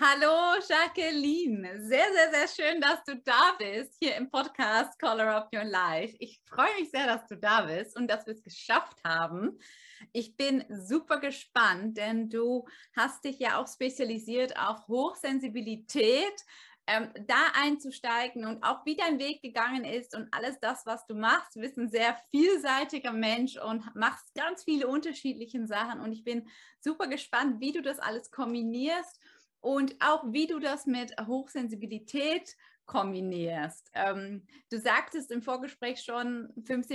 Hallo Jacqueline, sehr, sehr, sehr schön, dass du da bist, hier im Podcast Color Up Your Life. Ich freue mich sehr, dass du da bist und dass wir es geschafft haben. Ich bin super gespannt, denn du hast dich ja auch spezialisiert auf Hochsensibilität, da einzusteigen und auch wie dein Weg gegangen ist und alles das, was du machst. Du bist ein sehr vielseitiger Mensch und machst ganz viele unterschiedliche Sachen und ich bin super gespannt, wie du das alles kombinierst. Und auch wie du das mit Hochsensibilität kombinierst. Du sagtest im Vorgespräch schon,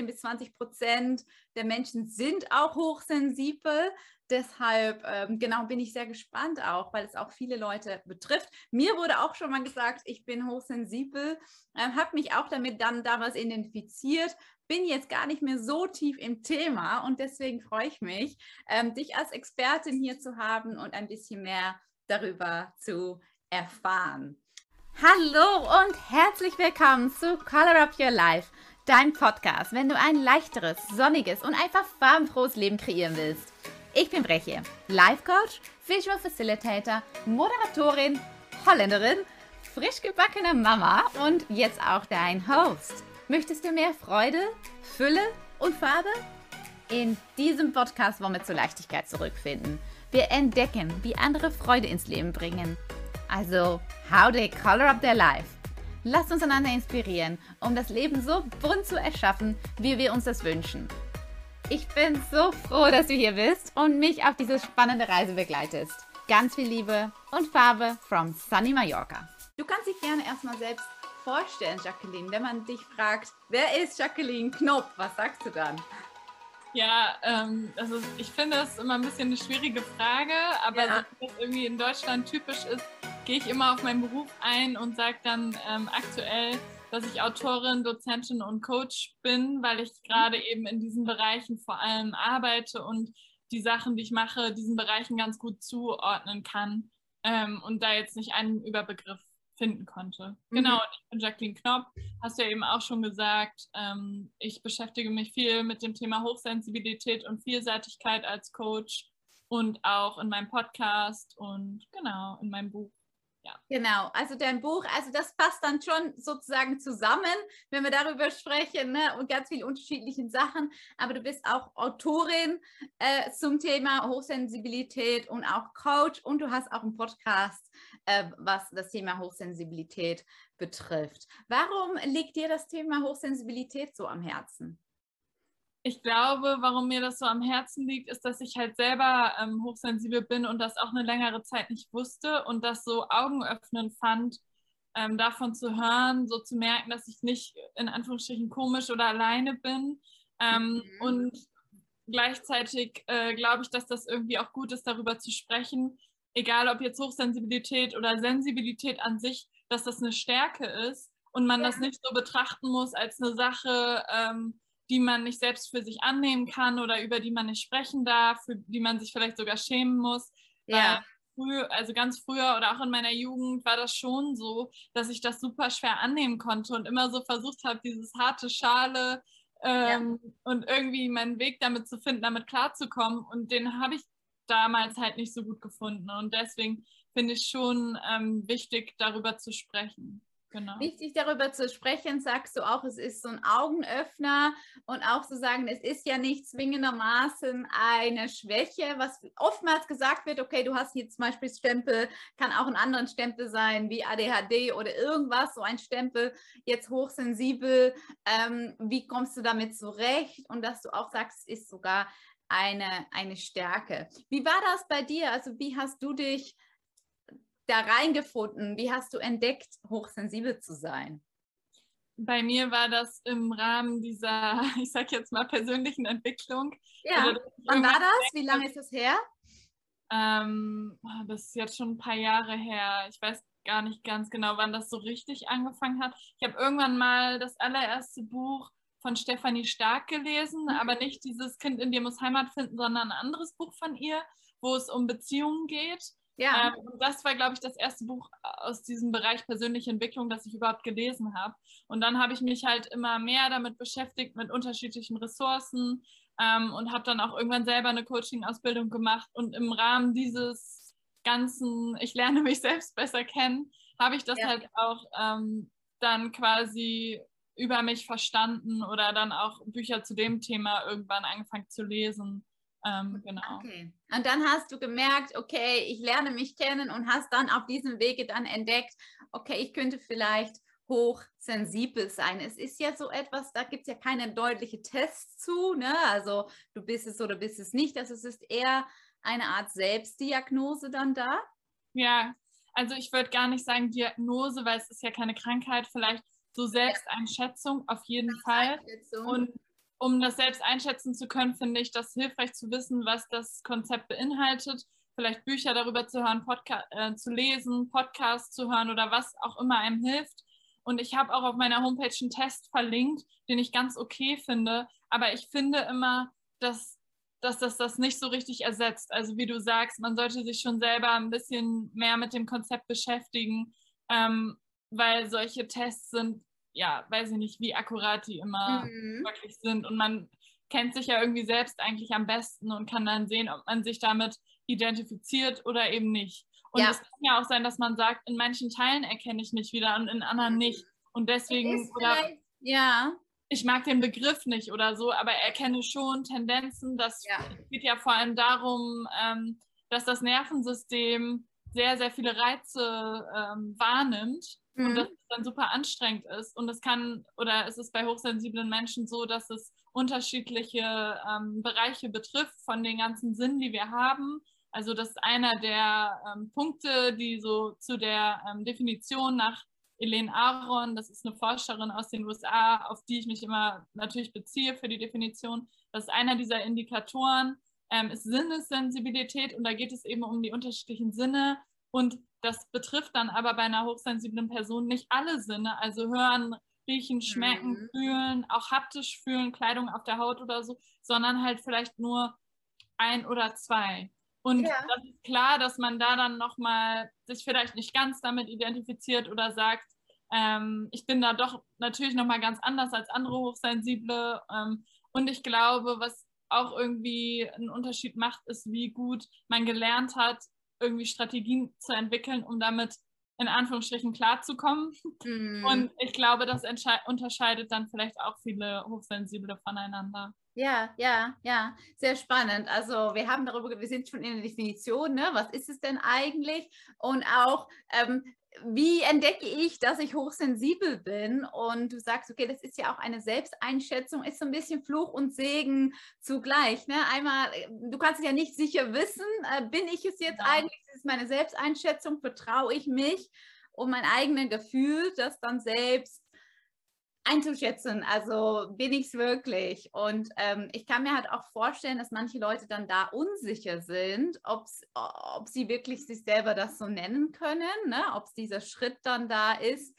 15-20% der Menschen sind auch hochsensibel. Deshalb genau bin ich sehr gespannt auch, weil es auch viele Leute betrifft. Mir wurde auch schon mal gesagt, ich bin hochsensibel, habe mich auch damit dann damals identifiziert, bin jetzt gar nicht mehr so tief im Thema und deswegen freue ich mich, dich als Expertin hier zu haben und ein bisschen mehr darüber zu erfahren. Hallo und herzlich willkommen zu Color Up Your Life, dein Podcast, wenn du ein leichteres, sonniges und einfach farbenfrohes Leben kreieren willst. Ich bin Breche, Life Coach, Visual Facilitator, Moderatorin, Holländerin, frisch gebackene Mama und jetzt auch dein Host. Möchtest du mehr Freude, Fülle und Farbe? In diesem Podcast wollen wir zur Leichtigkeit zurückfinden. Wir entdecken, wie andere Freude ins Leben bringen. Also, how they color up their life. Lasst uns einander inspirieren, um das Leben so bunt zu erschaffen, wie wir uns das wünschen. Ich bin so froh, dass du hier bist und mich auf diese spannende Reise begleitest. Ganz viel Liebe und Farbe from Sunny Mallorca. Du kannst dich gerne erstmal selbst vorstellen, Jacqueline. Wenn man dich fragt, wer ist Jacqueline Knopf, was sagst du dann? Ja, also ich finde das immer ein bisschen eine schwierige Frage, aber so wie das irgendwie in Deutschland typisch ist, gehe ich immer auf meinen Beruf ein und sage dann aktuell, dass ich Autorin, Dozentin und Coach bin, weil ich gerade eben in diesen Bereichen vor allem arbeite und die Sachen, die ich mache, diesen Bereichen ganz gut zuordnen kann und da jetzt nicht einen Überbegriff finden konnte. Genau, und ich bin Jacqueline Knopf, hast du ja eben auch schon gesagt. Ich beschäftige mich viel mit dem Thema Hochsensibilität und Vielseitigkeit als Coach und auch in meinem Podcast und genau, in meinem Buch. Ja. Genau, also dein Buch, also das passt dann schon sozusagen zusammen, wenn wir darüber sprechen, ne? Und ganz viele unterschiedliche Sachen, aber du bist auch Autorin zum Thema Hochsensibilität und auch Coach und du hast auch einen Podcast, was das Thema Hochsensibilität betrifft. Warum liegt dir das Thema Hochsensibilität so am Herzen? Ich glaube, warum mir das so am Herzen liegt, ist, dass ich halt selber hochsensibel bin und das auch eine längere Zeit nicht wusste und das so augenöffnend fand, davon zu hören, so zu merken, dass ich nicht in Anführungsstrichen komisch oder alleine bin. Und gleichzeitig glaube ich, dass das irgendwie auch gut ist, darüber zu sprechen, egal ob jetzt Hochsensibilität oder Sensibilität an sich, dass das eine Stärke ist und man das nicht so betrachten muss als eine Sache, die man nicht selbst für sich annehmen kann oder über die man nicht sprechen darf, für die man sich vielleicht sogar schämen muss. Ja. Also ganz früher oder auch in meiner Jugend war das schon so, dass ich das super schwer annehmen konnte und immer so versucht habe, dieses harte Schale und irgendwie meinen Weg damit zu finden, damit klarzukommen. Und den habe ich damals halt nicht so gut gefunden. Und deswegen finde ich schon wichtig, darüber zu sprechen. Genau. Wichtig darüber zu sprechen, sagst du auch, es ist so ein Augenöffner und auch zu sagen, es ist ja nicht zwingendermaßen eine Schwäche, was oftmals gesagt wird, okay, du hast jetzt zum Beispiel Stempel, kann auch ein anderer Stempel sein, wie ADHD oder irgendwas, so ein Stempel, jetzt hochsensibel, wie kommst du damit zurecht? Und dass du auch sagst, es ist sogar eine Stärke. Wie war das bei dir? Also wie hast du dich da reingefunden? Wie hast du entdeckt, hochsensibel zu sein? Bei mir war das im Rahmen dieser, ich sag jetzt mal, persönlichen Entwicklung. Ja, also, wann war das? Wie lange ist das her? Das ist jetzt schon ein paar Jahre her. Ich weiß gar nicht ganz genau, wann das so richtig angefangen hat. Ich habe irgendwann mal das allererste Buch von Stefanie Stark gelesen, aber nicht dieses Kind in dir muss Heimat finden, sondern ein anderes Buch von ihr, wo es um Beziehungen geht. Ja. Und das war, glaube ich, das erste Buch aus diesem Bereich persönliche Entwicklung, das ich überhaupt gelesen habe. Und dann habe ich mich halt immer mehr damit beschäftigt, mit unterschiedlichen Ressourcen und habe dann auch irgendwann selber eine Coaching-Ausbildung gemacht. Und im Rahmen dieses ganzen, ich lerne mich selbst besser kennen, habe ich das halt auch dann quasi über mich verstanden oder dann auch Bücher zu dem Thema irgendwann angefangen zu lesen. Genau. Okay. Und dann hast du gemerkt, okay, ich lerne mich kennen und hast dann auf diesem Wege dann entdeckt, okay, ich könnte vielleicht hochsensibel sein. Es ist ja so etwas, da gibt es ja keine deutliche Tests zu, ne? Also du bist es oder bist es nicht. Also es ist eher eine Art Selbstdiagnose dann da. Ja, also ich würde gar nicht sagen Diagnose, weil es ist ja keine Krankheit, vielleicht so Selbsteinschätzung auf jeden Fall. Und um das selbst einschätzen zu können, finde ich das hilfreich zu wissen, was das Konzept beinhaltet. Vielleicht Bücher darüber zu hören, zu lesen, Podcasts zu hören oder was auch immer einem hilft. Und ich habe auch auf meiner Homepage einen Test verlinkt, den ich ganz okay finde. Aber ich finde immer, dass das nicht so richtig ersetzt. Also wie du sagst, man sollte sich schon selber ein bisschen mehr mit dem Konzept beschäftigen, weil solche Tests sind, ja, weiß ich nicht, wie akkurat die immer wirklich sind. Und man kennt sich ja irgendwie selbst eigentlich am besten und kann dann sehen, ob man sich damit identifiziert oder eben nicht. Und es kann ja auch sein, dass man sagt, in manchen Teilen erkenne ich mich wieder und in anderen nicht. Und deswegen, oder ich mag den Begriff nicht oder so, aber erkenne schon Tendenzen. Das geht ja vor allem darum, dass das Nervensystem sehr, sehr viele Reize wahrnimmt und dass es dann super anstrengend ist. Und es kann, oder es ist bei hochsensiblen Menschen so, dass es unterschiedliche Bereiche betrifft von den ganzen Sinnen, die wir haben. Also das ist einer der Punkte, die so zu der Definition nach Elaine Aron, das ist eine Forscherin aus den USA, auf die ich mich immer natürlich beziehe für die Definition. Das ist einer dieser Indikatoren, ist Sinnessensibilität und da geht es eben um die unterschiedlichen Sinne und das betrifft dann aber bei einer hochsensiblen Person nicht alle Sinne, also hören, riechen, schmecken, fühlen, auch haptisch fühlen, Kleidung auf der Haut oder so, sondern halt vielleicht nur ein oder zwei. Und das ist klar, dass man da dann nochmal sich vielleicht nicht ganz damit identifiziert oder sagt, ich bin da doch natürlich nochmal ganz anders als andere Hochsensible. Und ich glaube, was auch irgendwie einen Unterschied macht, ist, wie gut man gelernt hat, irgendwie Strategien zu entwickeln, um damit in Anführungsstrichen klarzukommen. Und ich glaube, das unterscheidet dann vielleicht auch viele Hochsensible voneinander. Ja, sehr spannend. Also wir sind schon in der Definition, ne? Was ist es denn eigentlich? Und auch, wie entdecke ich, dass ich hochsensibel bin? Und du sagst, okay, das ist ja auch eine Selbsteinschätzung, ist so ein bisschen Fluch und Segen zugleich. Ne? Einmal, du kannst es ja nicht sicher wissen, bin ich es jetzt eigentlich? Das ist meine Selbsteinschätzung, vertraue ich mich und mein eigenes Gefühl, das dann selbst einzuschätzen, also bin ich es wirklich? Und ich kann mir halt auch vorstellen, dass manche Leute dann da unsicher sind, ob sie wirklich sich selber das so nennen können, ne? Ob dieser Schritt dann da ist.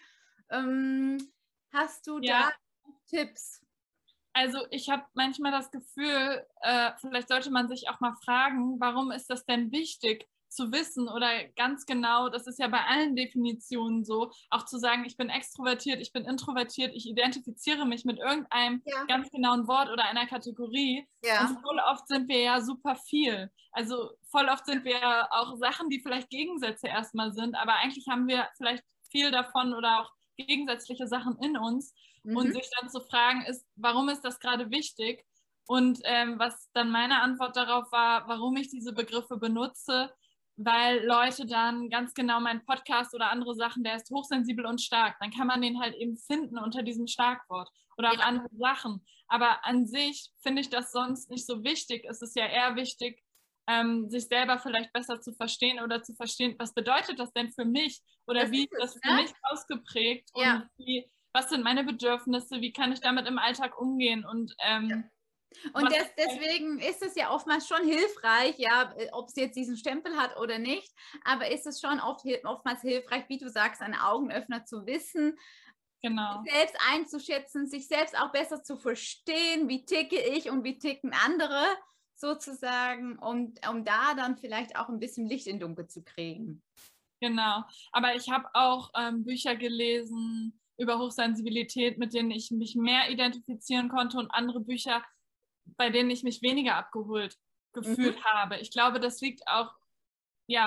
Hast du da Tipps? Also ich habe manchmal das Gefühl, vielleicht sollte man sich auch mal fragen, warum ist das denn wichtig zu wissen oder ganz genau, das ist ja bei allen Definitionen so, auch zu sagen, ich bin extrovertiert, ich bin introvertiert, ich identifiziere mich mit irgendeinem ganz genauen Wort oder einer Kategorie. Und voll oft sind wir ja super viel. Also voll oft sind wir ja auch Sachen, die vielleicht Gegensätze erstmal sind, aber eigentlich haben wir vielleicht viel davon oder auch gegensätzliche Sachen in uns. Und sich dann zu fragen ist, warum ist das gerade wichtig? Und was dann meine Antwort darauf war, warum ich diese Begriffe benutze, weil Leute dann ganz genau meinen Podcast oder andere Sachen, der ist hochsensibel und stark, dann kann man den halt eben finden unter diesem Schlagwort oder auch andere Sachen. Aber an sich finde ich das sonst nicht so wichtig. Es ist ja eher wichtig, sich selber vielleicht besser zu verstehen oder zu verstehen, was bedeutet das denn für mich oder das wie ist das für mich ausgeprägt und was sind meine Bedürfnisse, wie kann ich damit im Alltag umgehen und und deswegen ist es ja oftmals schon hilfreich, ja, ob es jetzt diesen Stempel hat oder nicht, aber ist es schon oftmals hilfreich, wie du sagst, ein Augenöffner zu wissen, sich selbst einzuschätzen, sich selbst auch besser zu verstehen, wie ticke ich und wie ticken andere sozusagen, um da dann vielleicht auch ein bisschen Licht in Dunkel zu kriegen. Genau, aber ich habe auch Bücher gelesen über Hochsensibilität, mit denen ich mich mehr identifizieren konnte und andere Bücher, bei denen ich mich weniger abgeholt gefühlt habe. Ich glaube, das liegt auch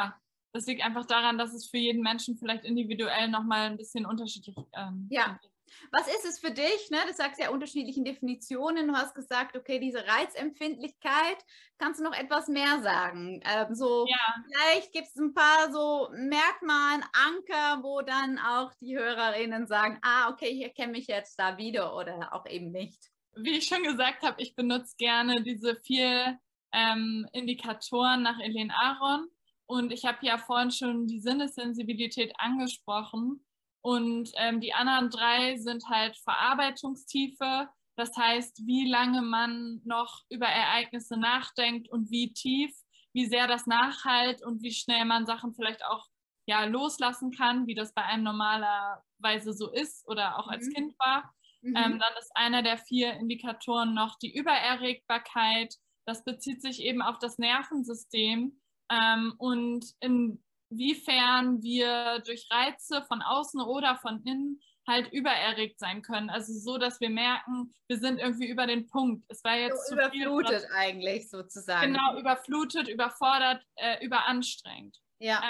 das liegt einfach daran, dass es für jeden Menschen vielleicht individuell nochmal ein bisschen unterschiedlich ja. Was ist es für dich? Ne? Du sagst ja unterschiedlichen Definitionen. Du hast gesagt, okay, diese Reizempfindlichkeit. Kannst du noch etwas mehr sagen? Vielleicht gibt es ein paar so Merkmale, Anker, wo dann auch die Hörerinnen sagen, okay, ich erkenne mich jetzt da wieder oder auch eben nicht. Wie ich schon gesagt habe, ich benutze gerne diese 4 Indikatoren nach Elaine Aron. Und ich habe ja vorhin schon die Sinnessensibilität angesprochen. Und die anderen 3 sind halt Verarbeitungstiefe. Das heißt, wie lange man noch über Ereignisse nachdenkt und wie tief, wie sehr das nachhalt und wie schnell man Sachen vielleicht auch loslassen kann, wie das bei einem normalerweise so ist oder auch als Kind war. Dann ist einer der 4 Indikatoren noch die Übererregbarkeit. Das bezieht sich eben auf das Nervensystem und inwiefern wir durch Reize von außen oder von innen halt übererregt sein können. Also so, dass wir merken, wir sind irgendwie über den Punkt. Es war jetzt so überflutet eigentlich sozusagen. Genau, überflutet, überfordert, überanstrengend. Ja.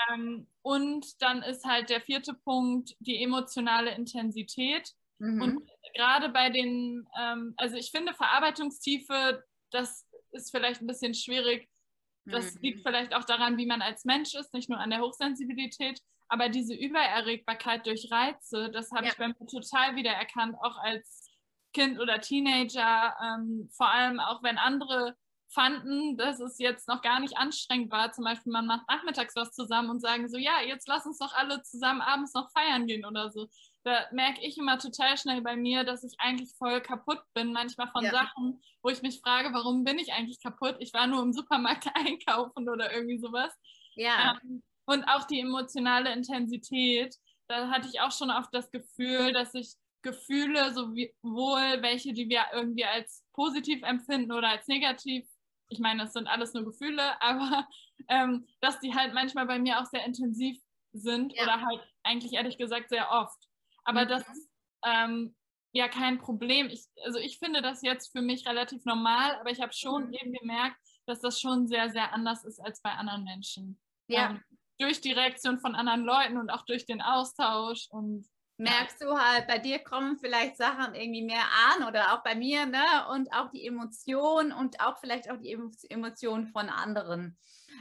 Und dann ist halt der 4. Punkt die emotionale Intensität. Und gerade bei den, also ich finde Verarbeitungstiefe, das ist vielleicht ein bisschen schwierig. Das liegt vielleicht auch daran, wie man als Mensch ist, nicht nur an der Hochsensibilität. Aber diese Übererregbarkeit durch Reize, das habe ich bei mir total wiedererkannt, auch als Kind oder Teenager. Vor allem auch, wenn andere fanden, dass es jetzt noch gar nicht anstrengend war. Zum Beispiel, man macht nachmittags was zusammen und sagen so, ja, jetzt lass uns doch alle zusammen abends noch feiern gehen oder so. Da merke ich immer total schnell bei mir, dass ich eigentlich voll kaputt bin, manchmal von Sachen, wo ich mich frage, warum bin ich eigentlich kaputt? Ich war nur im Supermarkt einkaufen oder irgendwie sowas. Ja. Und auch die emotionale Intensität, da hatte ich auch schon oft das Gefühl, dass ich Gefühle, sowohl welche, die wir irgendwie als positiv empfinden oder als negativ, ich meine, das sind alles nur Gefühle, aber dass die halt manchmal bei mir auch sehr intensiv sind oder halt eigentlich ehrlich gesagt sehr oft. Aber das ist kein Problem. Ich finde das jetzt für mich relativ normal, aber ich habe schon eben gemerkt, dass das schon sehr, sehr anders ist als bei anderen Menschen. Ja. Durch die Reaktion von anderen Leuten und auch durch den Austausch und merkst du halt, bei dir kommen vielleicht Sachen irgendwie mehr an oder auch bei mir, ne? Und auch die Emotion und auch vielleicht auch die Emotionen von anderen.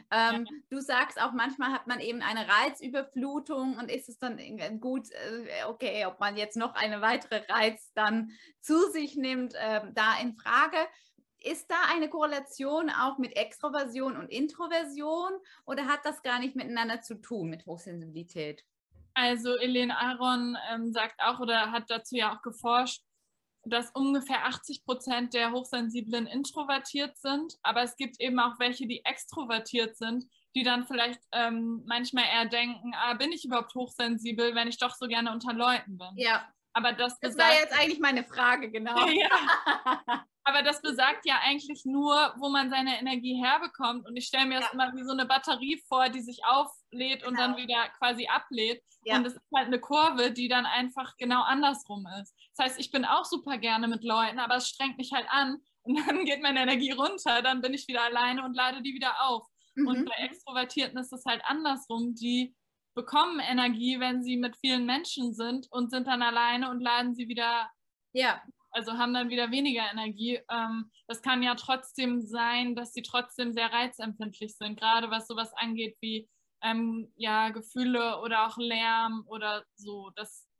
Du sagst auch, manchmal hat man eben eine Reizüberflutung und ist es dann gut, okay, ob man jetzt noch eine weitere Reiz dann zu sich nimmt, da in Frage. Ist da eine Korrelation auch mit Extroversion und Introversion oder hat das gar nicht miteinander zu tun mit Hochsensibilität? Also Elaine Aron sagt auch oder hat dazu ja auch geforscht, dass ungefähr 80% der Hochsensiblen introvertiert sind, aber es gibt eben auch welche, die extrovertiert sind, die dann vielleicht manchmal eher denken, bin ich überhaupt hochsensibel, wenn ich doch so gerne unter Leuten bin. Ja. Aber das war jetzt eigentlich meine Frage, genau. Ja. Aber das besagt ja eigentlich nur, wo man seine Energie herbekommt. Und ich stelle mir das immer wie so eine Batterie vor, die sich auflädt und dann wieder quasi ablädt. Ja. Und es ist halt eine Kurve, die dann einfach genau andersrum ist. Das heißt, ich bin auch super gerne mit Leuten, aber es strengt mich halt an. Und dann geht meine Energie runter, dann bin ich wieder alleine und lade die wieder auf. Und bei Extrovertierten ist es halt andersrum. Die bekommen Energie, wenn sie mit vielen Menschen sind und sind dann alleine und laden sie wieder, also haben dann wieder weniger Energie. Das kann ja trotzdem sein, dass sie trotzdem sehr reizempfindlich sind, gerade was sowas angeht wie Gefühle oder auch Lärm oder so.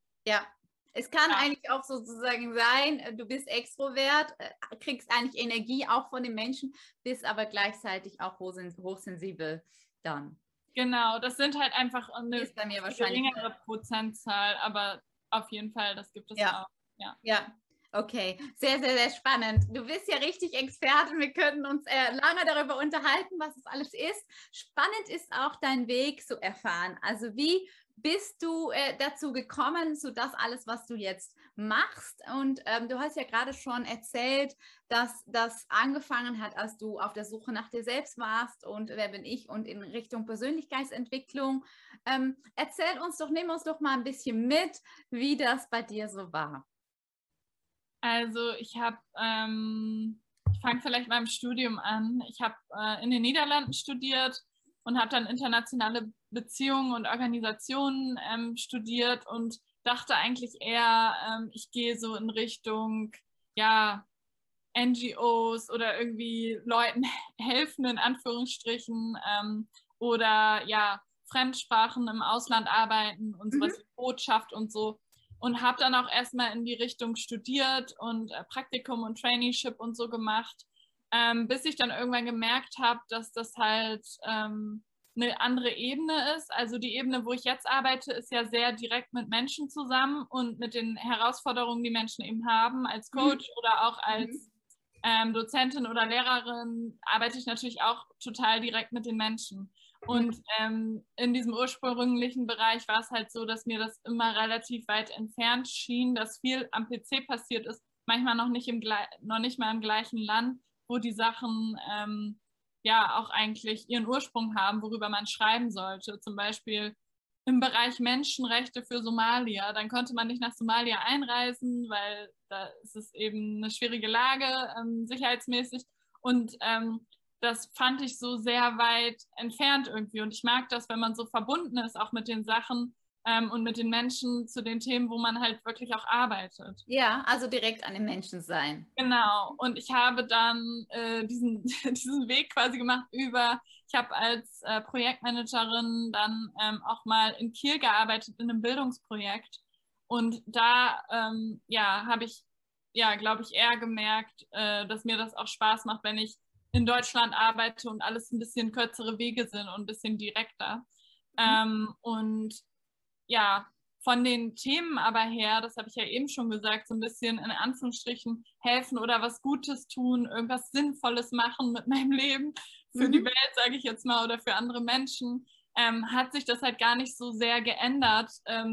Es kann eigentlich auch sozusagen sein, du bist Extrovert, kriegst eigentlich Energie auch von den Menschen, bist aber gleichzeitig auch hochsensibel dann. Genau, das sind halt einfach eine ist bei mir wahrscheinlich geringere Prozentzahl, aber auf jeden Fall, das gibt es auch. Ja, okay. Sehr, sehr, sehr spannend. Du bist ja richtig Expertin. Wir könnten uns lange darüber unterhalten, was es alles ist. Spannend ist auch dein Weg zu erfahren. Also wie bist du dazu gekommen, zu das alles, was du jetzt machst? Und du hast ja gerade schon erzählt, dass das angefangen hat, als du auf der Suche nach dir selbst warst und wer bin ich und in Richtung Persönlichkeitsentwicklung. Nimm uns doch mal ein bisschen mit, wie das bei dir so war. Also ich fange vielleicht beim Studium an. Ich habe in den Niederlanden studiert und habe dann internationale Beziehungen und Organisationen studiert und dachte eigentlich eher, ich gehe so in Richtung, ja, NGOs oder irgendwie Leuten helfen, in Anführungsstrichen, oder ja, Fremdsprachen im Ausland arbeiten und sowas wie Botschaft und so. Und habe dann auch erstmal in die Richtung studiert und Praktikum und Traineeship und so gemacht, bis ich dann irgendwann gemerkt habe, dass das halt eine andere Ebene ist. Also die Ebene, wo ich jetzt arbeite, ist ja sehr direkt mit Menschen zusammen und mit den Herausforderungen, die Menschen eben haben, als Coach oder auch als Dozentin oder Lehrerin arbeite ich natürlich auch total direkt mit den Menschen. Und in diesem ursprünglichen Bereich war es halt so, dass mir das immer relativ weit entfernt schien, dass viel am PC passiert ist, manchmal noch nicht mal im gleichen Land, wo die Sachen ja auch eigentlich ihren Ursprung haben, worüber man schreiben sollte. Zum Beispiel im Bereich Menschenrechte für Somalia. Dann konnte man nicht nach Somalia einreisen, weil da ist es eben eine schwierige Lage, sicherheitsmäßig. Und das fand ich so sehr weit entfernt irgendwie. Und ich mag das, wenn man so verbunden ist, auch mit den Sachen und mit den Menschen zu den Themen, wo man halt wirklich auch arbeitet. Ja, also direkt an den Menschen sein. Genau. Und ich habe dann diesen Weg quasi gemacht ich habe als Projektmanagerin dann auch mal in Kiel gearbeitet in einem Bildungsprojekt. Und da ja, habe ich, ja, glaube ich, eher gemerkt, dass mir das auch Spaß macht, wenn ich in Deutschland arbeite und alles ein bisschen kürzere Wege sind und ein bisschen direkter. Und ja, von den Themen aber her, das habe ich ja eben schon gesagt, so ein bisschen in Anführungsstrichen helfen oder was Gutes tun, irgendwas Sinnvolles machen mit meinem Leben für die Welt, sage ich jetzt mal, oder für andere Menschen, hat sich das halt gar nicht so sehr geändert.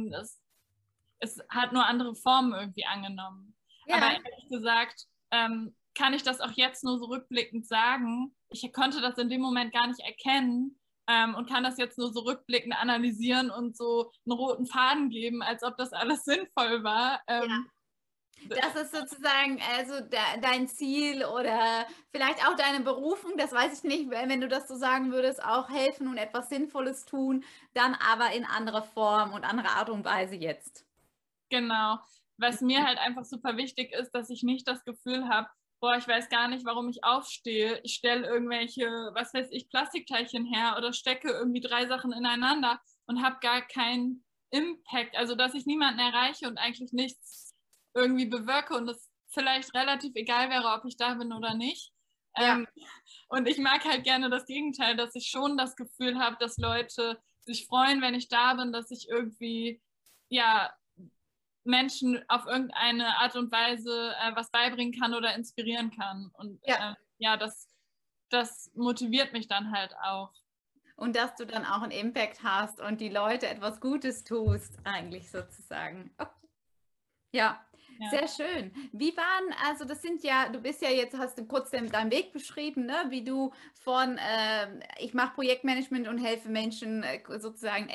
Es hat nur andere Formen irgendwie angenommen. Ja. Aber ehrlich gesagt, kann ich das auch jetzt nur so rückblickend sagen. Ich konnte das in dem Moment gar nicht erkennen, und kann das jetzt nur so rückblickend analysieren und so einen roten Faden geben, als ob das alles sinnvoll war. Ja. Das ist sozusagen also dein Ziel oder vielleicht auch deine Berufung, das weiß ich nicht, wenn du das so sagen würdest, auch helfen und etwas Sinnvolles tun, dann aber in anderer Form und anderer Art und Weise jetzt. Genau. Was mir halt einfach super wichtig ist, dass ich nicht das Gefühl habe, boah, ich weiß gar nicht, warum ich aufstehe. Ich stelle irgendwelche, was weiß ich, Plastikteilchen her oder stecke irgendwie 3 Sachen ineinander und habe gar keinen Impact. Also, dass ich niemanden erreiche und eigentlich nichts irgendwie bewirke und es vielleicht relativ egal wäre, ob ich da bin oder nicht. Ja. Und ich mag halt gerne das Gegenteil, dass ich schon das Gefühl habe, dass Leute sich freuen, wenn ich da bin, dass ich irgendwie, ja, Menschen auf irgendeine Art und Weise was beibringen kann oder inspirieren kann. Und ja, das motiviert mich dann halt auch. Und dass du dann auch einen Impact hast und die Leute etwas Gutes tust, eigentlich sozusagen. Okay. Ja. Ja. Sehr schön. Wie waren, also das sind ja, du bist ja jetzt, hast du kurz deinen Weg beschrieben, ne? Wie du von, ich mache Projektmanagement und helfe Menschen sozusagen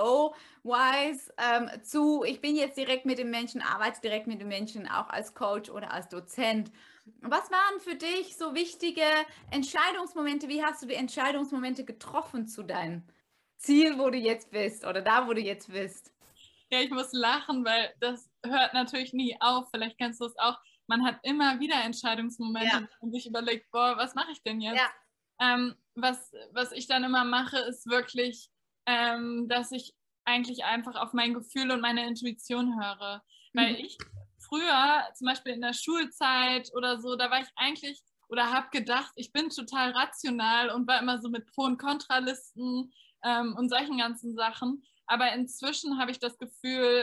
NGO-wise zu, ich bin jetzt direkt mit den Menschen, arbeite direkt mit den Menschen, auch als Coach oder als Dozent. Was waren für dich so wichtige Entscheidungsmomente? Wie hast du die Entscheidungsmomente getroffen zu deinem Ziel, wo du jetzt bist oder da, wo du jetzt bist? Ja, ich muss lachen, weil das hört natürlich nie auf. Vielleicht kennst du es auch. Man hat immer wieder Entscheidungsmomente, wo man sich überlegt, boah, was mache ich denn jetzt? Ja. Was ich dann immer mache, ist wirklich, dass ich eigentlich einfach auf mein Gefühl und meine Intuition höre. Weil ich früher, zum Beispiel in der Schulzeit oder so, da war ich eigentlich oder habe gedacht, ich bin total rational und war immer so mit Pro- und Kontralisten und solchen ganzen Sachen. Aber inzwischen habe ich das Gefühl,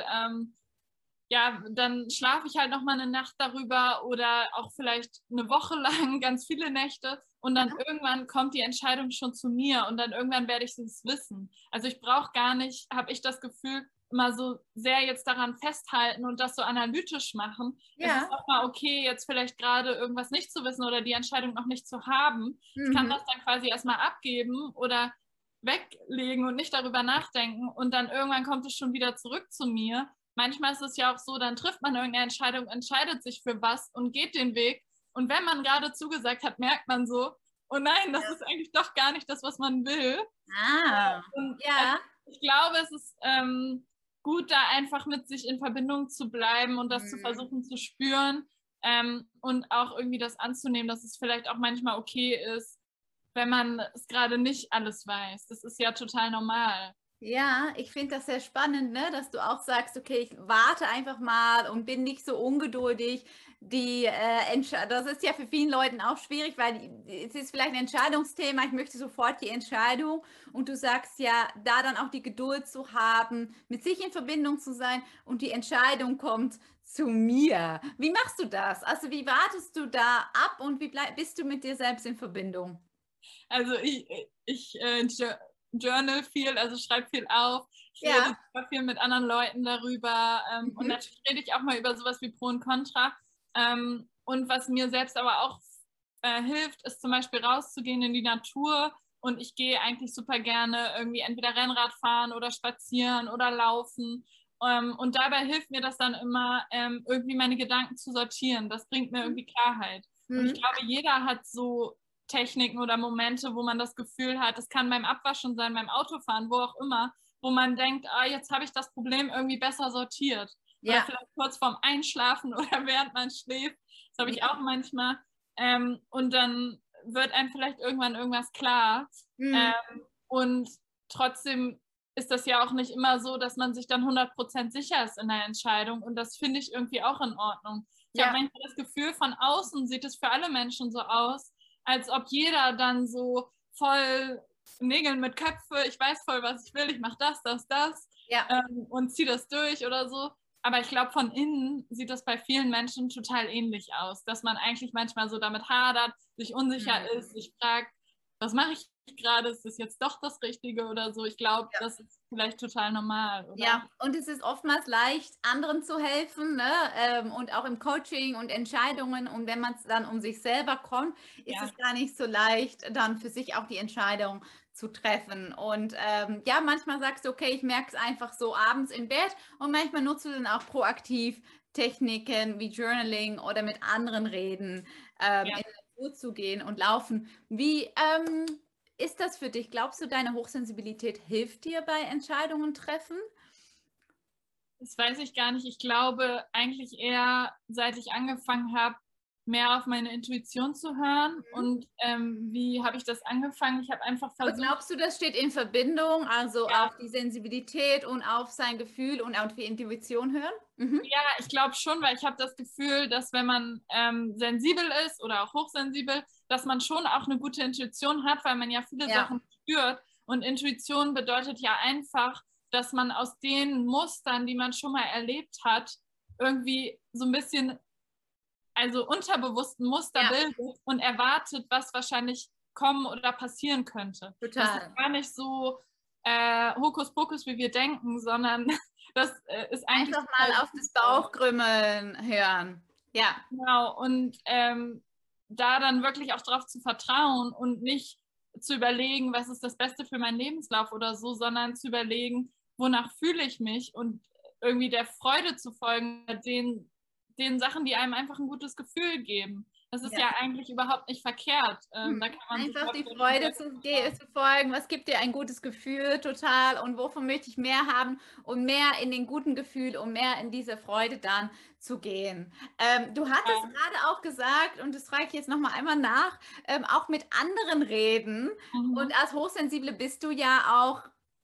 ja, dann schlafe ich halt noch mal eine Nacht darüber oder auch vielleicht eine Woche lang, ganz viele Nächte. Und dann irgendwann kommt die Entscheidung schon zu mir und dann irgendwann werde ich es wissen. Also ich brauche gar nicht, habe ich das Gefühl, immer so sehr jetzt daran festhalten und das so analytisch machen. Ja. Es ist auch mal okay, jetzt vielleicht gerade irgendwas nicht zu wissen oder die Entscheidung noch nicht zu haben. Ich kann das dann quasi erstmal abgeben oder weglegen und nicht darüber nachdenken und dann irgendwann kommt es schon wieder zurück zu mir. Manchmal ist es ja auch so, dann trifft man irgendeine Entscheidung, entscheidet sich für was und geht den Weg und wenn man gerade zugesagt hat, merkt man so, oh nein, das ist eigentlich doch gar nicht das, was man will. Und ja. Ich glaube, es ist gut, da einfach mit sich in Verbindung zu bleiben und das zu versuchen zu spüren und auch irgendwie das anzunehmen, dass es vielleicht auch manchmal okay ist, wenn man es gerade nicht alles weiß. Das ist ja total normal. Ja, ich finde das sehr spannend, ne? Dass du auch sagst, okay, ich warte einfach mal und bin nicht so ungeduldig. Das ist ja für viele Leuten auch schwierig, weil es ist vielleicht ein Entscheidungsthema, ich möchte sofort die Entscheidung und du sagst ja, da dann auch die Geduld zu haben, mit sich in Verbindung zu sein und die Entscheidung kommt zu mir. Wie machst du das? Also wie wartest du da ab und wie bist du mit dir selbst in Verbindung? Also ich journal viel, also schreibe viel auf. Ich rede super viel mit anderen Leuten darüber. Und natürlich rede ich auch mal über sowas wie Pro und Contra. Und was mir selbst aber auch hilft, ist zum Beispiel rauszugehen in die Natur. Und ich gehe eigentlich super gerne irgendwie entweder Rennrad fahren oder spazieren oder laufen. Und dabei hilft mir das dann immer, irgendwie meine Gedanken zu sortieren. Das bringt mir irgendwie Klarheit. Und ich glaube, jeder hat so Techniken oder Momente, wo man das Gefühl hat, es kann beim Abwaschen sein, beim Autofahren, wo auch immer, wo man denkt, jetzt habe ich das Problem irgendwie besser sortiert. Oder vielleicht kurz vorm Einschlafen oder während man schläft. Das habe ich auch manchmal. Und dann wird einem vielleicht irgendwann irgendwas klar. Und trotzdem ist das ja auch nicht immer so, dass man sich dann 100% sicher ist in der Entscheidung. Und das finde ich irgendwie auch in Ordnung. Ich habe manchmal das Gefühl, von außen sieht es für alle Menschen so aus, als ob jeder dann so voll Nägel mit Köpfe, ich weiß voll, was ich will, ich mache das und ziehe das durch oder so. Aber ich glaube, von innen sieht das bei vielen Menschen total ähnlich aus, dass man eigentlich manchmal so damit hadert, sich unsicher ist, sich fragt, was mache ich gerade, ist das jetzt doch das Richtige oder so. Ich glaube, das ist vielleicht total normal, oder? Ja, und es ist oftmals leicht, anderen zu helfen, ne? Und auch im Coaching und Entscheidungen. Und wenn man es dann um sich selber kommt, ist es gar nicht so leicht, dann für sich auch die Entscheidung zu treffen. Und ja, manchmal sagst du, okay, ich merke es einfach so abends im Bett und manchmal nutzt du dann auch proaktiv Techniken wie Journaling oder mit anderen reden, in die Natur zu gehen und laufen. Wie ist das für dich? Glaubst du, deine Hochsensibilität hilft dir bei Entscheidungen treffen? Das weiß ich gar nicht. Ich glaube eigentlich eher, seit ich angefangen habe, mehr auf meine Intuition zu hören. Und wie habe ich das angefangen? Ich habe einfach versucht. Glaubst du, das steht in Verbindung, also auf die Sensibilität und auf sein Gefühl und auf die Intuition hören? Ja, ich glaube schon, weil ich habe das Gefühl, dass wenn man sensibel ist oder auch hochsensibel, dass man schon auch eine gute Intuition hat, weil man ja viele Sachen spürt. Und Intuition bedeutet ja einfach, dass man aus den Mustern, die man schon mal erlebt hat, irgendwie so ein bisschen, also unterbewussten Muster bildet und erwartet, was wahrscheinlich kommen oder passieren könnte. Total. Das ist gar nicht so Hokuspokus, wie wir denken, sondern das ist eigentlich... Einfach mal auf das Bauchkrümmeln hören. Ja. Genau, und da dann wirklich auch drauf zu vertrauen und nicht zu überlegen, was ist das Beste für meinen Lebenslauf oder so, sondern zu überlegen, wonach fühle ich mich und irgendwie der Freude zu folgen, den Sachen, die einem einfach ein gutes Gefühl geben. Das ist ja eigentlich überhaupt nicht verkehrt. Da kann man einfach die Freude zu folgen. Was gibt dir ein gutes Gefühl total und wovon möchte ich mehr haben und mehr in den guten Gefühl und mehr in diese Freude dann zu gehen. Du hattest gerade auch gesagt, und das frage ich jetzt noch mal einmal nach, auch mit anderen reden. Und als Hochsensible bist du ja auch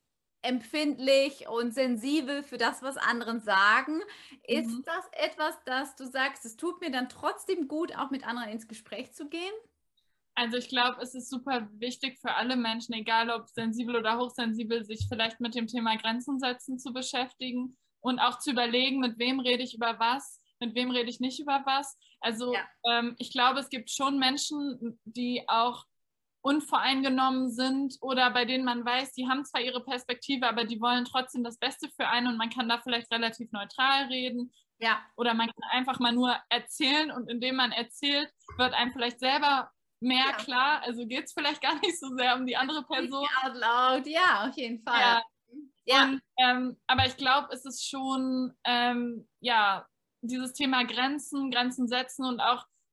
empfindlich und sensibel für das, was anderen sagen. Ist das etwas, das du sagst, es tut mir dann trotzdem gut, auch mit anderen ins Gespräch zu gehen? Also ich glaube, es ist super wichtig für alle Menschen, egal ob sensibel oder hochsensibel, sich vielleicht mit dem Thema Grenzen setzen zu beschäftigen und auch zu überlegen, mit wem rede ich über was, mit wem rede ich nicht über was. Also ich glaube, es gibt schon Menschen, die auch unvoreingenommen sind oder bei denen man weiß, die haben zwar ihre Perspektive, aber die wollen trotzdem das Beste für einen und man kann da vielleicht relativ neutral reden. Ja. Oder man kann einfach mal nur erzählen und indem man erzählt, wird einem vielleicht selber mehr klar. Also geht es vielleicht gar nicht so sehr um die andere Person. Out loud, ja, auf jeden Fall. Ja. Und, aber ich glaube, es ist schon, dieses Thema Grenzen setzen und auch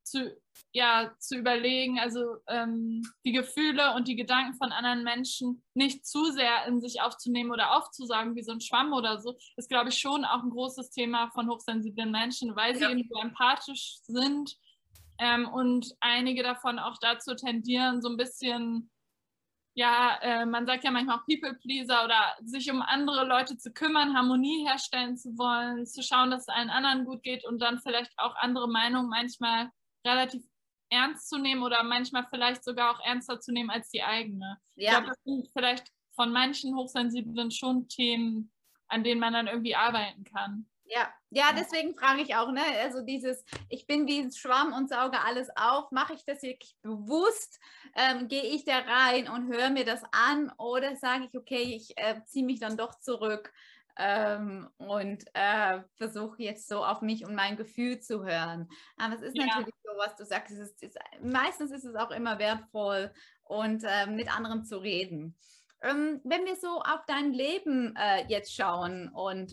zu überlegen, also die Gefühle und die Gedanken von anderen Menschen nicht zu sehr in sich aufzunehmen oder aufzusagen wie so ein Schwamm oder so, ist, glaube ich, schon auch ein großes Thema von hochsensiblen Menschen, weil sie eben so empathisch sind und einige davon auch dazu tendieren, so ein bisschen, man sagt ja manchmal auch People-Pleaser oder sich um andere Leute zu kümmern, Harmonie herstellen zu wollen, zu schauen, dass es allen anderen gut geht und dann vielleicht auch andere Meinungen manchmal relativ ernst zu nehmen oder manchmal vielleicht sogar auch ernster zu nehmen als die eigene. Ja. Ich glaube, das sind vielleicht von manchen Hochsensiblen schon Themen, an denen man dann irgendwie arbeiten kann. Ja, deswegen frage ich auch, ne? Also dieses, ich bin wie ein Schwamm und sauge alles auf, mache ich das wirklich bewusst, gehe ich da rein und höre mir das an oder sage ich, okay, ich ziehe mich dann doch zurück und versuche jetzt so auf mich und mein Gefühl zu hören. Aber es ist natürlich so, was du sagst, meistens ist es auch immer wertvoll und mit anderen zu reden. Wenn wir so auf dein Leben jetzt schauen und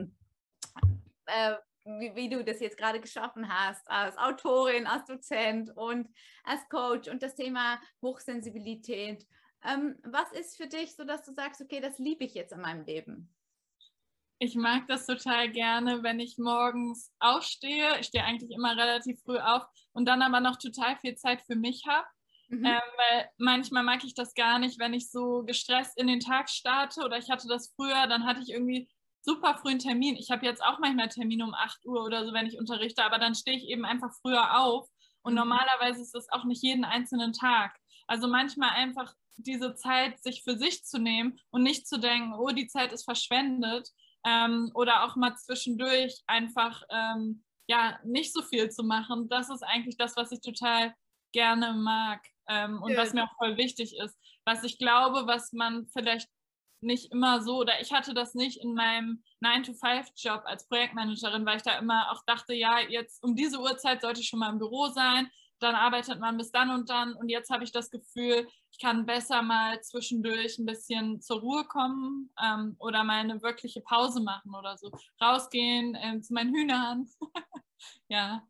wie du das jetzt gerade geschaffen hast, als Autorin, als Dozent und als Coach und das Thema Hochsensibilität. Was ist für dich so, dass du sagst, okay, das liebe ich jetzt an meinem Leben? Ich mag das total gerne, wenn ich morgens aufstehe. Ich stehe eigentlich immer relativ früh auf und dann aber noch total viel Zeit für mich habe. Weil manchmal mag ich das gar nicht, wenn ich so gestresst in den Tag starte oder ich hatte das früher, dann hatte ich irgendwie super frühen Termin. Ich habe jetzt auch manchmal Termine um 8 Uhr oder so, wenn ich unterrichte, aber dann stehe ich eben einfach früher auf und normalerweise ist das auch nicht jeden einzelnen Tag. Also manchmal einfach diese Zeit sich für sich zu nehmen und nicht zu denken, oh, die Zeit ist verschwendet oder auch mal zwischendurch einfach nicht so viel zu machen. Das ist eigentlich das, was ich total gerne mag und was mir auch voll wichtig ist. Was ich glaube, was man vielleicht nicht immer so, oder ich hatte das nicht in meinem 9-to-5-Job als Projektmanagerin, weil ich da immer auch dachte, ja, jetzt um diese Uhrzeit sollte ich schon mal im Büro sein, dann arbeitet man bis dann und jetzt habe ich das Gefühl, ich kann besser mal zwischendurch ein bisschen zur Ruhe kommen oder mal eine wirkliche Pause machen oder so. Rausgehen zu meinen Hühnern. Ja.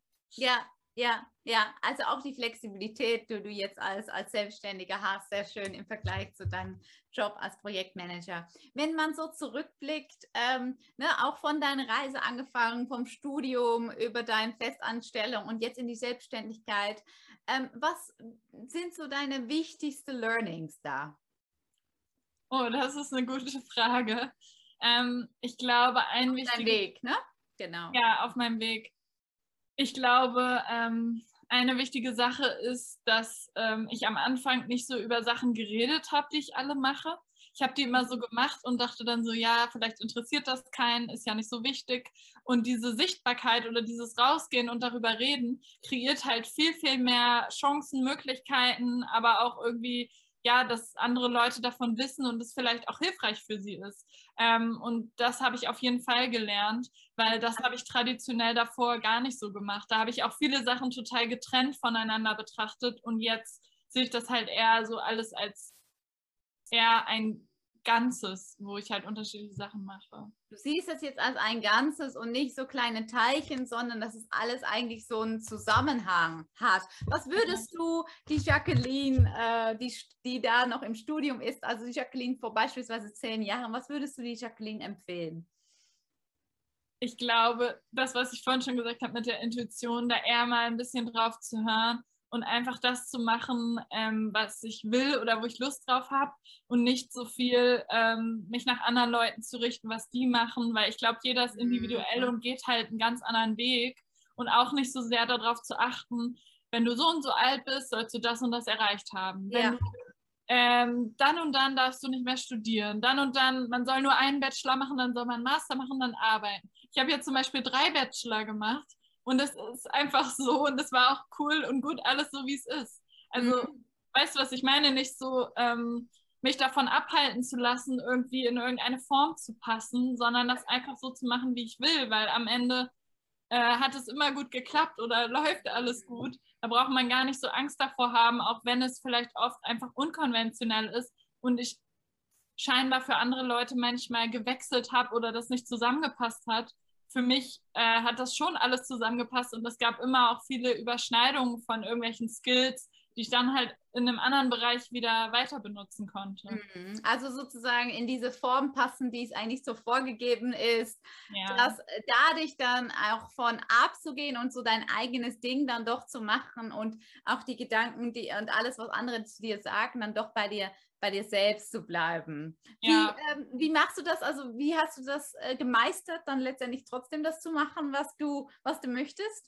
Ja, also auch die Flexibilität, die du jetzt als Selbstständiger hast, sehr schön im Vergleich zu deinem Job als Projektmanager. Wenn man so zurückblickt, auch von deiner Reise angefangen, vom Studium über deine Festanstellung und jetzt in die Selbstständigkeit, was sind so deine wichtigsten Learnings da? Oh, das ist eine gute Frage. Ich glaube, ein wichtiger... Auf deinem Weg, ne? Genau. Ja, auf meinem Weg. Ich glaube, eine wichtige Sache ist, dass ich am Anfang nicht so über Sachen geredet habe, die ich alle mache. Ich habe die immer so gemacht und dachte dann so, ja, vielleicht interessiert das keinen, ist ja nicht so wichtig. Und diese Sichtbarkeit oder dieses Rausgehen und darüber reden kreiert halt viel, viel mehr Chancen, Möglichkeiten, aber auch irgendwie, ja, dass andere Leute davon wissen und es vielleicht auch hilfreich für sie ist. Und das habe ich auf jeden Fall gelernt, weil das habe ich traditionell davor gar nicht so gemacht. Da habe ich auch viele Sachen total getrennt voneinander betrachtet und jetzt sehe ich das halt eher so alles als eher ein Ganzes, wo ich halt unterschiedliche Sachen mache. Du siehst das jetzt als ein Ganzes und nicht so kleine Teilchen, sondern dass es alles eigentlich so einen Zusammenhang hat. Was würdest du die Jacqueline, die da noch im Studium ist, also die Jacqueline vor beispielsweise 10 Jahren, was würdest du die Jacqueline empfehlen? Ich glaube, das, was ich vorhin schon gesagt habe mit der Intuition, da eher mal ein bisschen drauf zu hören und einfach das zu machen, was ich will oder wo ich Lust drauf habe und nicht so viel mich nach anderen Leuten zu richten, was die machen, weil ich glaube, jeder ist individuell und geht halt einen ganz anderen Weg und auch nicht so sehr darauf zu achten, wenn du so und so alt bist, sollst du das und das erreicht haben. Wenn du dann und dann darfst du nicht mehr studieren. Dann und dann, man soll nur einen Bachelor machen, dann soll man einen Master machen, dann arbeiten. Ich habe jetzt zum Beispiel 3 Bachelor gemacht und es ist einfach so und es war auch cool und gut, alles so, wie es ist. Also, weißt du, was ich meine? Nicht so mich davon abhalten zu lassen, irgendwie in irgendeine Form zu passen, sondern das einfach so zu machen, wie ich will, weil am Ende hat es immer gut geklappt oder läuft alles gut. Da braucht man gar nicht so Angst davor haben, auch wenn es vielleicht oft einfach unkonventionell ist und ich scheinbar für andere Leute manchmal gewechselt habe oder das nicht zusammengepasst hat, für mich hat das schon alles zusammengepasst und es gab immer auch viele Überschneidungen von irgendwelchen Skills, die ich dann halt in einem anderen Bereich wieder weiter benutzen konnte. Also sozusagen in diese Form passen, die es eigentlich so vorgegeben ist, Ja. dass dadurch dann auch von abzugehen und so dein eigenes Ding dann doch zu machen und auch die Gedanken und alles, was andere zu dir sagen, dann doch bei dir selbst zu bleiben. Ja. Wie machst du das? Also wie hast du das gemeistert, dann letztendlich trotzdem das zu machen, was du möchtest?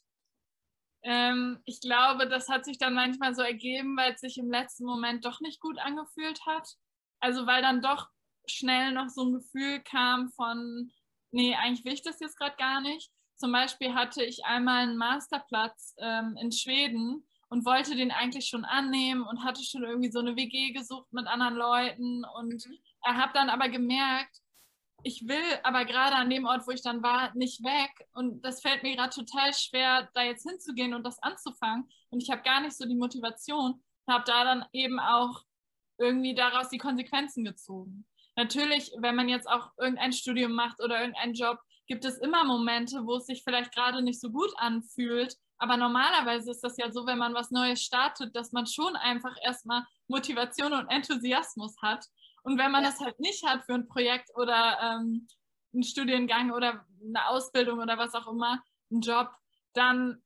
Ich glaube, das hat sich dann manchmal so ergeben, weil es sich im letzten Moment doch nicht gut angefühlt hat. Also weil dann doch schnell noch so ein Gefühl kam von, nee, eigentlich will ich das jetzt gerade gar nicht. Zum Beispiel hatte ich einmal einen Masterplatz in Schweden und wollte den eigentlich schon annehmen und hatte schon irgendwie so eine WG gesucht mit anderen Leuten und habe dann aber gemerkt, ich will aber gerade an dem Ort, wo ich dann war, nicht weg. Und das fällt mir gerade total schwer, da jetzt hinzugehen und das anzufangen. Und ich habe gar nicht so die Motivation, habe da dann eben auch irgendwie daraus die Konsequenzen gezogen. Natürlich, wenn man jetzt auch irgendein Studium macht oder irgendeinen Job, gibt es immer Momente, wo es sich vielleicht gerade nicht so gut anfühlt. Aber normalerweise ist das ja so, wenn man was Neues startet, dass man schon einfach erstmal Motivation und Enthusiasmus hat. Und wenn man das halt nicht hat für ein Projekt oder einen Studiengang oder eine Ausbildung oder was auch immer, einen Job, dann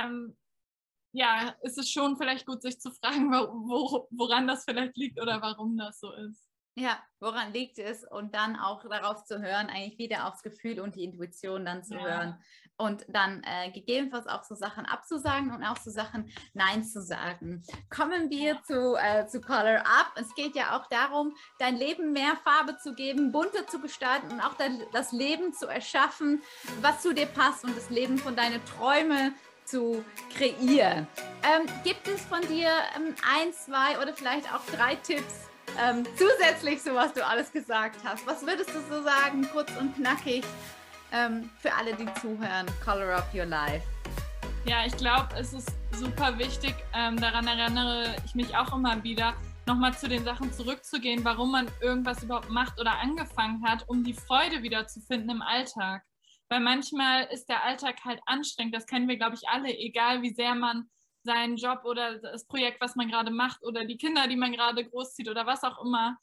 ja, ist es schon vielleicht gut, sich zu fragen, woran das vielleicht liegt oder warum das so ist. Ja, woran liegt es? Und dann auch darauf zu hören, eigentlich wieder aufs Gefühl und die Intuition dann zu hören. Und dann gegebenenfalls auch so Sachen abzusagen und auch so Sachen Nein zu sagen. Kommen wir zu Color Up. Es geht ja auch darum, dein Leben mehr Farbe zu geben, bunter zu gestalten und auch das Leben zu erschaffen, was zu dir passt und das Leben von deinen Träumen zu kreieren. Gibt es von dir 1, 2 oder vielleicht auch 3 Tipps, zusätzlich zu was du alles gesagt hast? Was würdest du so sagen, kurz und knackig, für alle, die zuhören? Color Up Your Life. Ja, ich glaube, es ist super wichtig, daran erinnere ich mich auch immer wieder, nochmal zu den Sachen zurückzugehen, warum man irgendwas überhaupt macht oder angefangen hat, um die Freude wieder zu finden im Alltag. Weil manchmal ist der Alltag halt anstrengend, das kennen wir, glaube ich, alle, egal wie sehr man seinen Job oder das Projekt, was man gerade macht oder die Kinder, die man gerade großzieht oder was auch immer.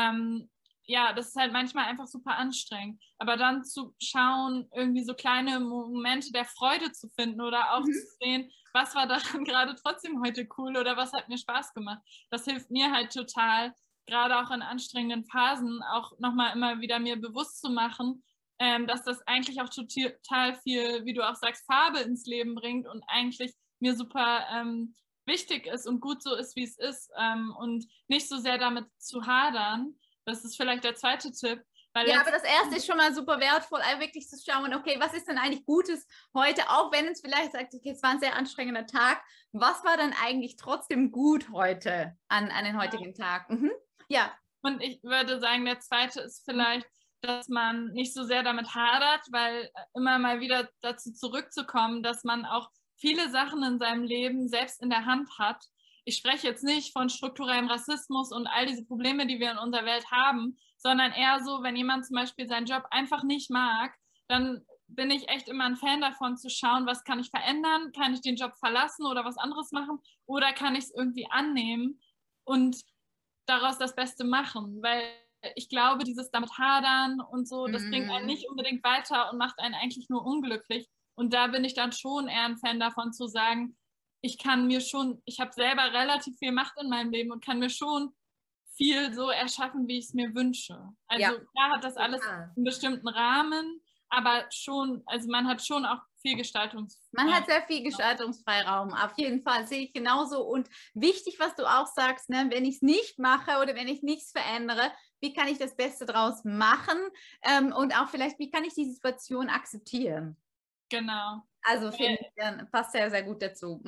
Ja, das ist halt manchmal einfach super anstrengend. Aber dann zu schauen, irgendwie so kleine Momente der Freude zu finden oder auch zu sehen, was war daran gerade trotzdem heute cool oder was hat mir Spaß gemacht. Das hilft mir halt total, gerade auch in anstrengenden Phasen, auch nochmal immer wieder mir bewusst zu machen, dass das eigentlich auch total viel, wie du auch sagst, Farbe ins Leben bringt und eigentlich mir super wichtig ist und gut so ist, wie es ist und nicht so sehr damit zu hadern. Das ist vielleicht der zweite Tipp. Ja, aber das erste ist schon mal super wertvoll, wirklich zu schauen, okay, was ist denn eigentlich Gutes heute, auch wenn es vielleicht sagt, okay, es war ein sehr anstrengender Tag, was war dann eigentlich trotzdem gut heute an den heutigen Tag? Ja. Und ich würde sagen, der zweite ist vielleicht, dass man nicht so sehr damit hadert, weil immer mal wieder dazu zurückzukommen, dass man auch viele Sachen in seinem Leben selbst in der Hand hat. Ich spreche jetzt nicht von strukturellem Rassismus und all diese Probleme, die wir in unserer Welt haben, sondern eher so, wenn jemand zum Beispiel seinen Job einfach nicht mag, dann bin ich echt immer ein Fan davon zu schauen, was kann ich verändern, kann ich den Job verlassen oder was anderes machen oder kann ich es irgendwie annehmen und daraus das Beste machen, weil ich glaube, dieses damit hadern und so, das bringt einen nicht unbedingt weiter und macht einen eigentlich nur unglücklich. Und da bin ich dann schon eher ein Fan davon zu sagen, ich habe selber relativ viel Macht in meinem Leben und kann mir schon viel so erschaffen, wie ich es mir wünsche. Also klar hat das alles einen bestimmten Rahmen, aber schon, also man hat schon auch viel Gestaltungsfreiraum. Man hat sehr viel Gestaltungsfreiraum, auf jeden Fall, sehe ich genauso. Und wichtig, was du auch sagst, ne, wenn ich es nicht mache oder wenn ich nichts verändere, wie kann ich das Beste draus machen? Und auch vielleicht, wie kann ich die Situation akzeptieren? Genau. Also finde ich, passt sehr, sehr gut dazu.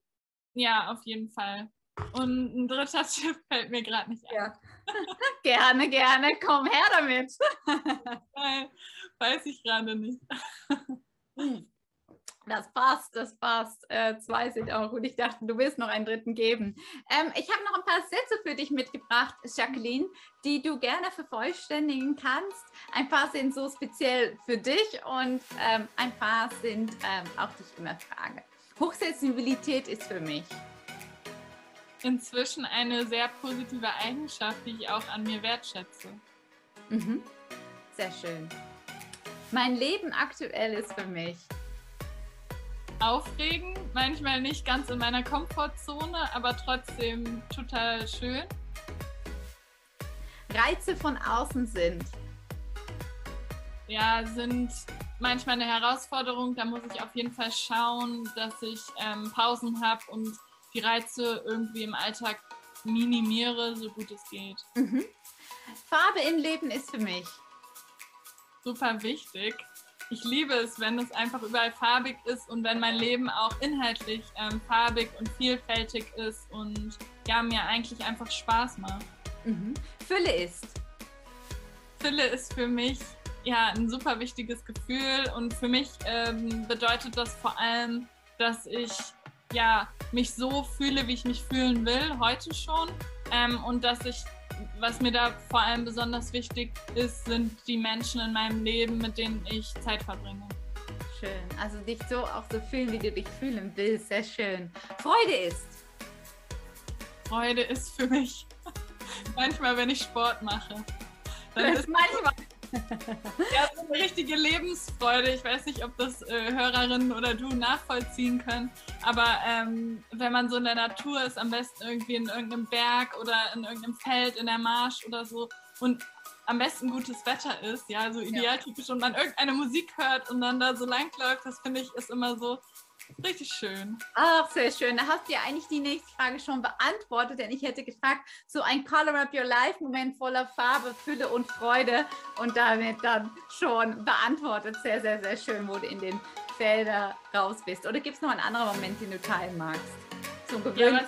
Ja, auf jeden Fall. Und ein dritter Tipp fällt mir gerade nicht ein. Ja. Gerne, gerne. Komm her damit. Weiß ich gerade nicht. Das passt, das passt. Zwei sind auch gut. Ich dachte, du willst noch einen dritten geben. Ich habe noch ein paar Sätze für dich mitgebracht, Jacqueline, die du gerne vervollständigen kannst. Ein paar sind so speziell für dich und ein paar sind auch die ich immer frage. Hochsensibilität ist für mich inzwischen eine sehr positive Eigenschaft, die ich auch an mir wertschätze. Mhm. Sehr schön. Mein Leben aktuell ist für mich aufregend, manchmal nicht ganz in meiner Komfortzone, aber trotzdem total schön. Reize von außen sind manchmal eine Herausforderung. Da muss ich auf jeden Fall schauen, dass ich Pausen habe und die Reize irgendwie im Alltag minimiere, so gut es geht. Mhm. Farbe im Leben ist für mich super wichtig. Ich liebe es, wenn es einfach überall farbig ist und wenn mein Leben auch inhaltlich farbig und vielfältig ist und ja, mir eigentlich einfach Spaß macht. Mhm. Fülle ist für mich ja ein super wichtiges Gefühl und für mich bedeutet das vor allem, dass ich ja mich so fühle, wie ich mich fühlen will, heute schon und was mir da vor allem besonders wichtig ist, sind die Menschen in meinem Leben, mit denen ich Zeit verbringe. Schön. Also dich so auch so fühlen, wie du dich fühlen willst. Sehr schön. Freude ist für mich manchmal, wenn ich Sport mache. Dann ist manchmal. Ja, so eine richtige Lebensfreude. Ich weiß nicht, ob das Hörerinnen oder du nachvollziehen können, aber wenn man so in der Natur ist, am besten irgendwie in irgendeinem Berg oder in irgendeinem Feld, in der Marsch oder so und am besten gutes Wetter ist, ja, so idealtypisch und man irgendeine Musik hört und dann da so langläuft, das finde ich ist immer so richtig schön. Ach, sehr schön. Da hast du ja eigentlich die nächste Frage schon beantwortet, denn ich hätte gefragt, so ein Color Up Your Life Moment voller Farbe, Fülle und Freude und damit dann schon beantwortet. Sehr, sehr, sehr schön, wo du in den Feldern raus bist. Oder gibt es noch einen anderen Moment, den du teilen magst? So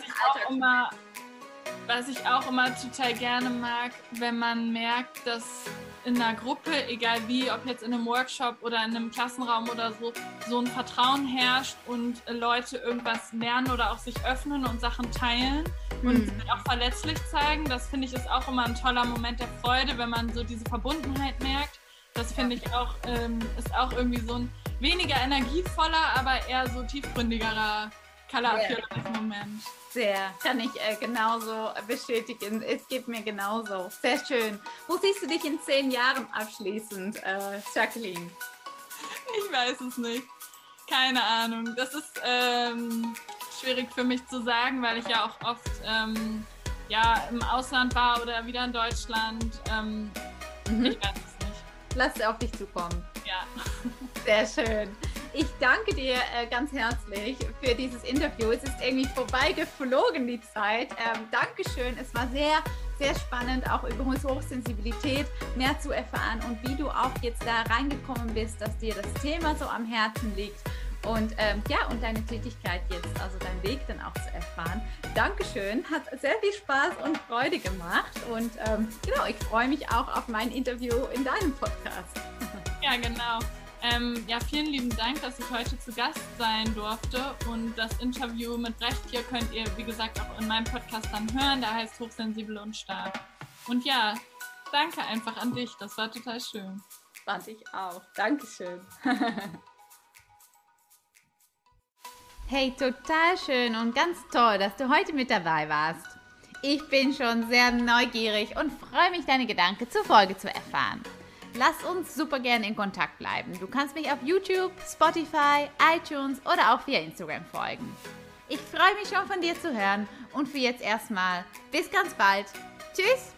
was ich auch immer total gerne mag, wenn man merkt, dass in einer Gruppe, egal wie, ob jetzt in einem Workshop oder in einem Klassenraum oder so ein Vertrauen herrscht und Leute irgendwas lernen oder auch sich öffnen und Sachen teilen und sich auch verletzlich zeigen. Das finde ich ist auch immer ein toller Moment der Freude, wenn man so diese Verbundenheit merkt. Das finde ich auch, ist auch irgendwie so ein weniger energievoller, aber eher so tiefgründigerer Color Up Your Life Moment. Sehr, kann ich genauso bestätigen. Es geht mir genauso. Sehr schön. Wo siehst du dich in 10 Jahren abschließend, Jacqueline? Ich weiß es nicht. Keine Ahnung. Das ist schwierig für mich zu sagen, weil ich ja auch oft im Ausland war oder wieder in Deutschland. Ich weiß es nicht. Lass es auf dich zukommen. Ja. Sehr schön. Ich danke dir ganz herzlich für dieses Interview. Es ist irgendwie vorbeigeflogen, die Zeit. Dankeschön. Es war sehr, sehr spannend, auch über Hochsensibilität mehr zu erfahren und wie du auch jetzt da reingekommen bist, dass dir das Thema so am Herzen liegt. Und und deine Tätigkeit jetzt, also deinen Weg dann auch zu erfahren. Dankeschön, hat sehr viel Spaß und Freude gemacht. Und ich freue mich auch auf mein Interview in deinem Podcast. Ja, genau. Vielen lieben Dank, dass ich heute zu Gast sein durfte und das Interview mit Brecht hier könnt ihr, wie gesagt, auch in meinem Podcast dann hören, der heißt Hochsensibel und stark. Und ja, danke einfach an dich, das war total schön. Fand ich auch. Dankeschön. Hey, total schön und ganz toll, dass du heute mit dabei warst. Ich bin schon sehr neugierig und freue mich, deine Gedanken zur Folge zu erfahren. Lass uns super gerne in Kontakt bleiben. Du kannst mich auf YouTube, Spotify, iTunes oder auch via Instagram folgen. Ich freue mich schon von dir zu hören und für jetzt erstmal bis ganz bald. Tschüss!